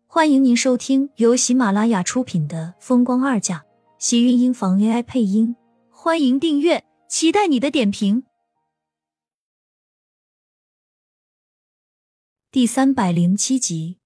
欢迎您收听由喜马拉雅出品的《风光二嫁》，喜运音房 AI 配音。欢迎订阅，期待你的点评。第307集。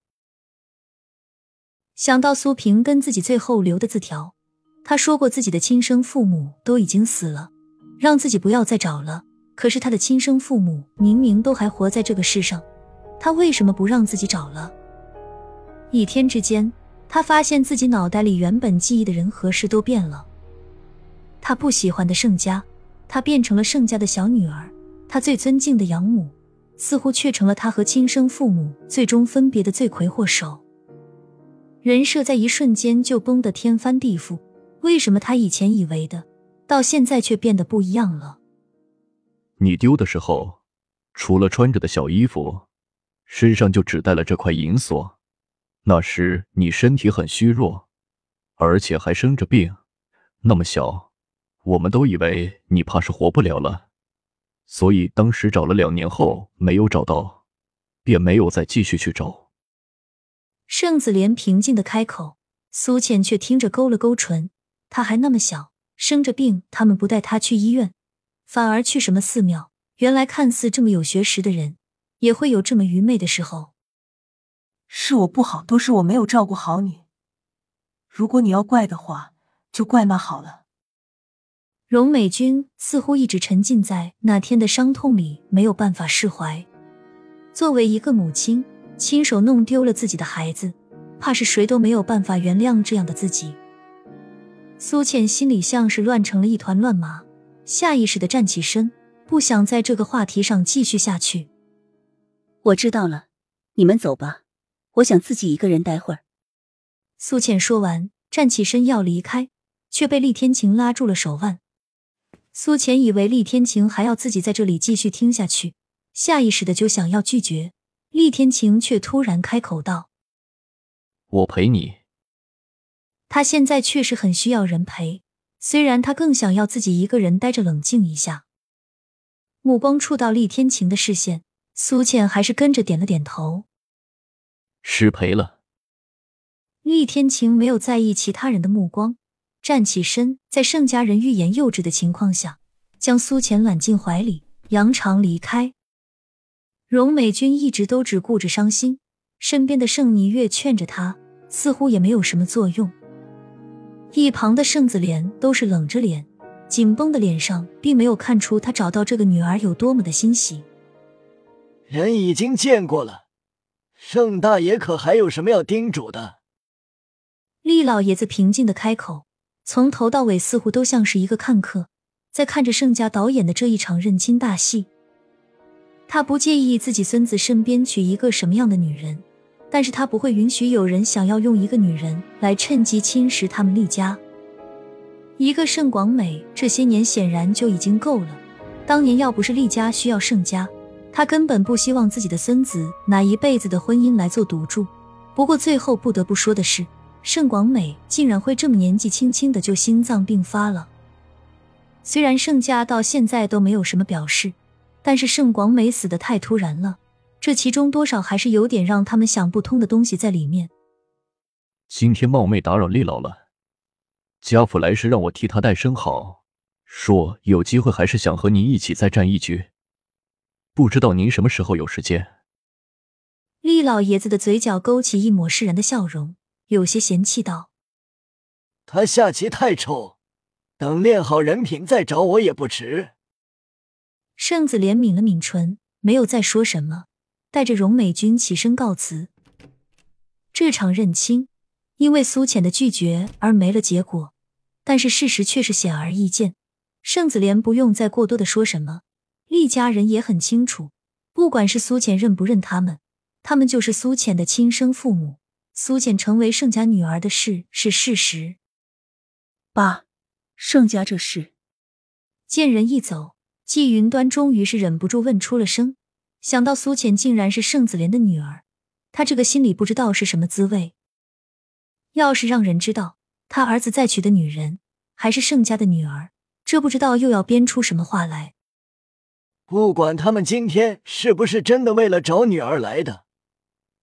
想到苏萍跟自己最后留的字条，她说过自己的亲生父母都已经死了，让自己不要再找了。可是她的亲生父母明明都还活在这个世上，她为什么不让自己找了？一天之间，她发现自己脑袋里原本记忆的人和事都变了。她不喜欢的盛家，她变成了盛家的小女儿；她最尊敬的养母，似乎却成了她和亲生父母最终分别的罪魁祸首。人设在一瞬间就崩得天翻地覆，为什么她以前以为的，到现在却变得不一样了？ 你丢的时候，除了穿着的小衣服，身上就只带了这块银锁。那时你身体很虚弱，而且还生着病，那么小，我们都以为你怕是活不了了，所以当时找了2年后没有找到，便没有再继续去找。 盛子莲平静地开口，苏倩却听着勾了勾唇。她还那么小，生着病，他们不带她去医院，反而去什么寺庙。原来看似这么有学识的人，也会有这么愚昧的时候。 是我不好，都是我没有照顾好你。如果你要怪的话，就怪骂好了。 荣美君似乎一直沉浸在那天的伤痛里，没有办法释怀。作为一个母亲，亲手弄丢了自己的孩子，怕是谁都没有办法原谅这样的自己。苏倩心里像是乱成了一团乱麻，下意识地站起身，不想在这个话题上继续下去。 我知道了，你们走吧，我想自己一个人待会儿。 苏倩说完，站起身要离开，却被厉天晴拉住了手腕。苏倩以为厉天晴还要自己在这里继续听下去，下意识的就想要拒绝，厉天晴却突然开口道： 我陪你。 他现在确实很需要人陪，虽然他更想要自己一个人待着冷静一下。目光触到厉天晴的视线，苏倩还是跟着点了点头。 失陪了。 厉天晴没有在意其他人的目光，站起身，在盛家人欲言又止的情况下，将苏倩揽进怀里，扬长离开。荣美君一直都只顾着伤心，身边的盛霓月劝着她，似乎也没有什么作用。一旁的盛子莲都是冷着脸，紧绷的脸上并没有看出她找到这个女儿有多么的欣喜。 人已经见过了，盛大爷可还有什么要叮嘱的？ 厉老爷子平静地开口，从头到尾似乎都像是一个看客，在看着盛家导演的这一场认亲大戏。他不介意自己孙子身边娶一个什么样的女人，但是他不会允许有人想要用一个女人来趁机侵蚀他们厉家。一个盛广美这些年显然就已经够了，当年要不是厉家需要盛家，他根本不希望自己的孙子拿一辈子的婚姻来做赌注。不过最后不得不说的是，盛广美竟然会这么年纪轻轻的就心脏病发了。虽然盛家到现在都没有什么表示，但是盛广美死得太突然了，这其中多少还是有点让他们想不通的东西在里面。 今天冒昧打扰厉老了，家父来时让我替他带声好，说有机会还是想和您一起再战一局，不知道您什么时候有时间。 厉老爷子的嘴角勾起一抹释然的笑容，有些嫌弃道： 他下棋太臭，等练好人品再找我也不迟。 盛子莲抿了抿唇，没有再说什么，带着荣美君起身告辞。这场认亲因为苏浅的拒绝而没了结果，但是事实却是显而易见，盛子莲不用再过多的说什么，厉家人也很清楚，不管是苏浅认不认他们，他们就是苏浅的亲生父母，苏浅成为盛家女儿的事是事实。 爸，盛家这事…… 见人一走，季云端终于是忍不住问出了声，想到苏浅竟然是盛子莲的女儿，他这个心里不知道是什么滋味。要是让人知道他儿子再娶的女人还是盛家的女儿，这不知道又要编出什么话来。 不管他们今天是不是真的为了找女儿来的，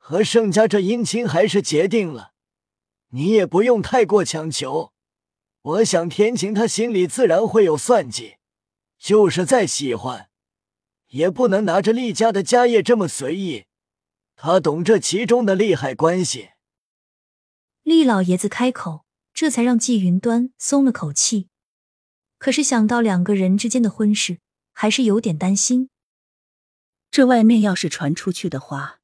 和盛家这姻亲还是结定了，你也不用太过强求。我想天晴他心里自然会有算计，就是再喜欢，也不能拿着厉家的家业这么随意。他懂这其中的利害关系。 厉老爷子开口，这才让季云端松了口气。可是想到两个人之间的婚事，还是有点担心。 这外面要是传出去的话，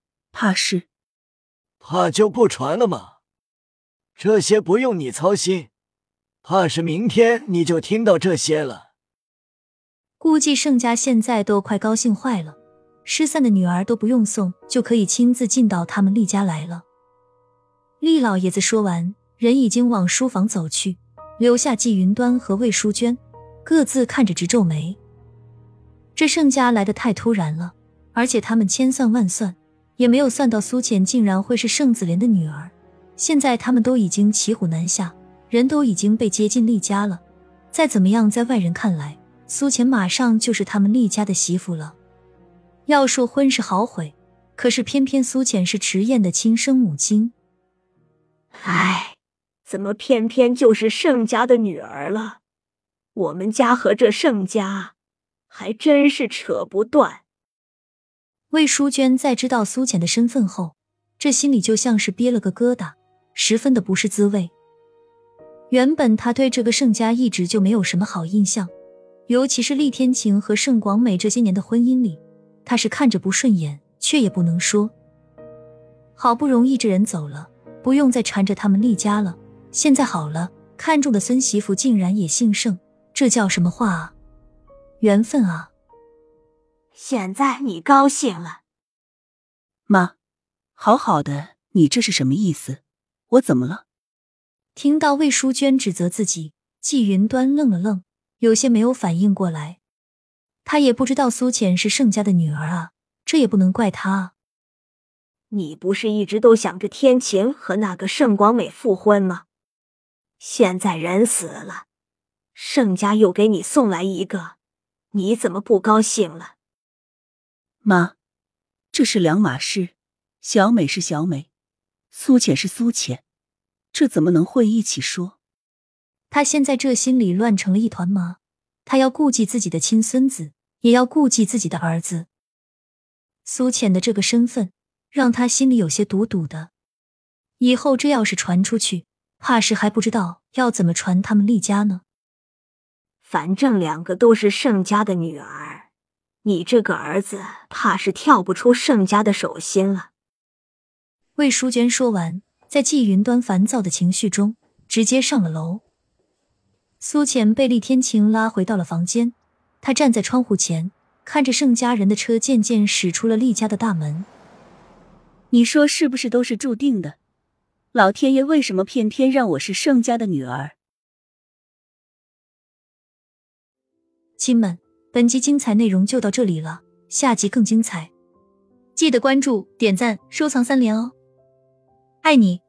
怕就不传了吗？这些不用你操心，怕是明天你就听到这些了。 估计盛家现在都快高兴坏了，失散的女儿都不用送，就可以亲自进到他们厉家来了。厉老爷子说完，人已经往书房走去，留下季云端和魏淑娟各自看着直皱眉。这盛家来得太突然了，而且他们千算万算也没有算到苏浅竟然会是盛子莲的女儿。现在他们都已经骑虎难下，人都已经被接进厉家了，再怎么样在外人看来，苏浅马上就是他们厉家的媳妇了。要说婚事好毁，可是偏偏苏浅是迟燕的亲生母亲。 唉，怎么偏偏就是盛家的女儿了？我们家和这盛家还真是扯不断。 魏淑娟在知道苏浅的身份后，这心里就像是憋了个疙瘩，十分的不是滋味。原本她对这个盛家一直就没有什么好印象，尤其是厉天晴和盛广美这些年的婚姻里，她是看着不顺眼，却也不能说。好不容易这人走了，不用再缠着他们厉家了，现在好了，看中的孙媳妇竟然也姓盛，这叫什么话啊？缘分啊！ 现在你高兴了？ 妈，好好的，你这是什么意思？我怎么了？ 听到魏淑娟指责自己，季云端愣了愣，有些没有反应过来。他也不知道苏浅是盛家的女儿啊，这也不能怪他啊。 你不是一直都想着天晴和那个盛广美复婚吗？现在人死了，盛家又给你送来一个，你怎么不高兴了？ 妈，这是两码事，小美是小美，苏浅是苏浅，这怎么能混一起说？ 他现在这心里乱成了一团麻，他要顾及自己的亲孙子，也要顾及自己的儿子。苏浅的这个身份让他心里有些堵堵的，以后这要是传出去，怕是还不知道要怎么传他们厉家呢。 反正两个都是盛家的女儿，你这个儿子怕是跳不出盛家的手心了。 魏淑娟说完，在季云端烦躁的情绪中直接上了楼。苏浅被厉天晴拉回到了房间，他站在窗户前，看着盛家人的车渐渐驶出了厉家的大门。 你说是不是都是注定的？老天爷为什么偏偏让我是盛家的女儿？ 亲们，本集精彩内容就到这里了，下集更精彩，记得关注、点赞、收藏3连哦！爱你。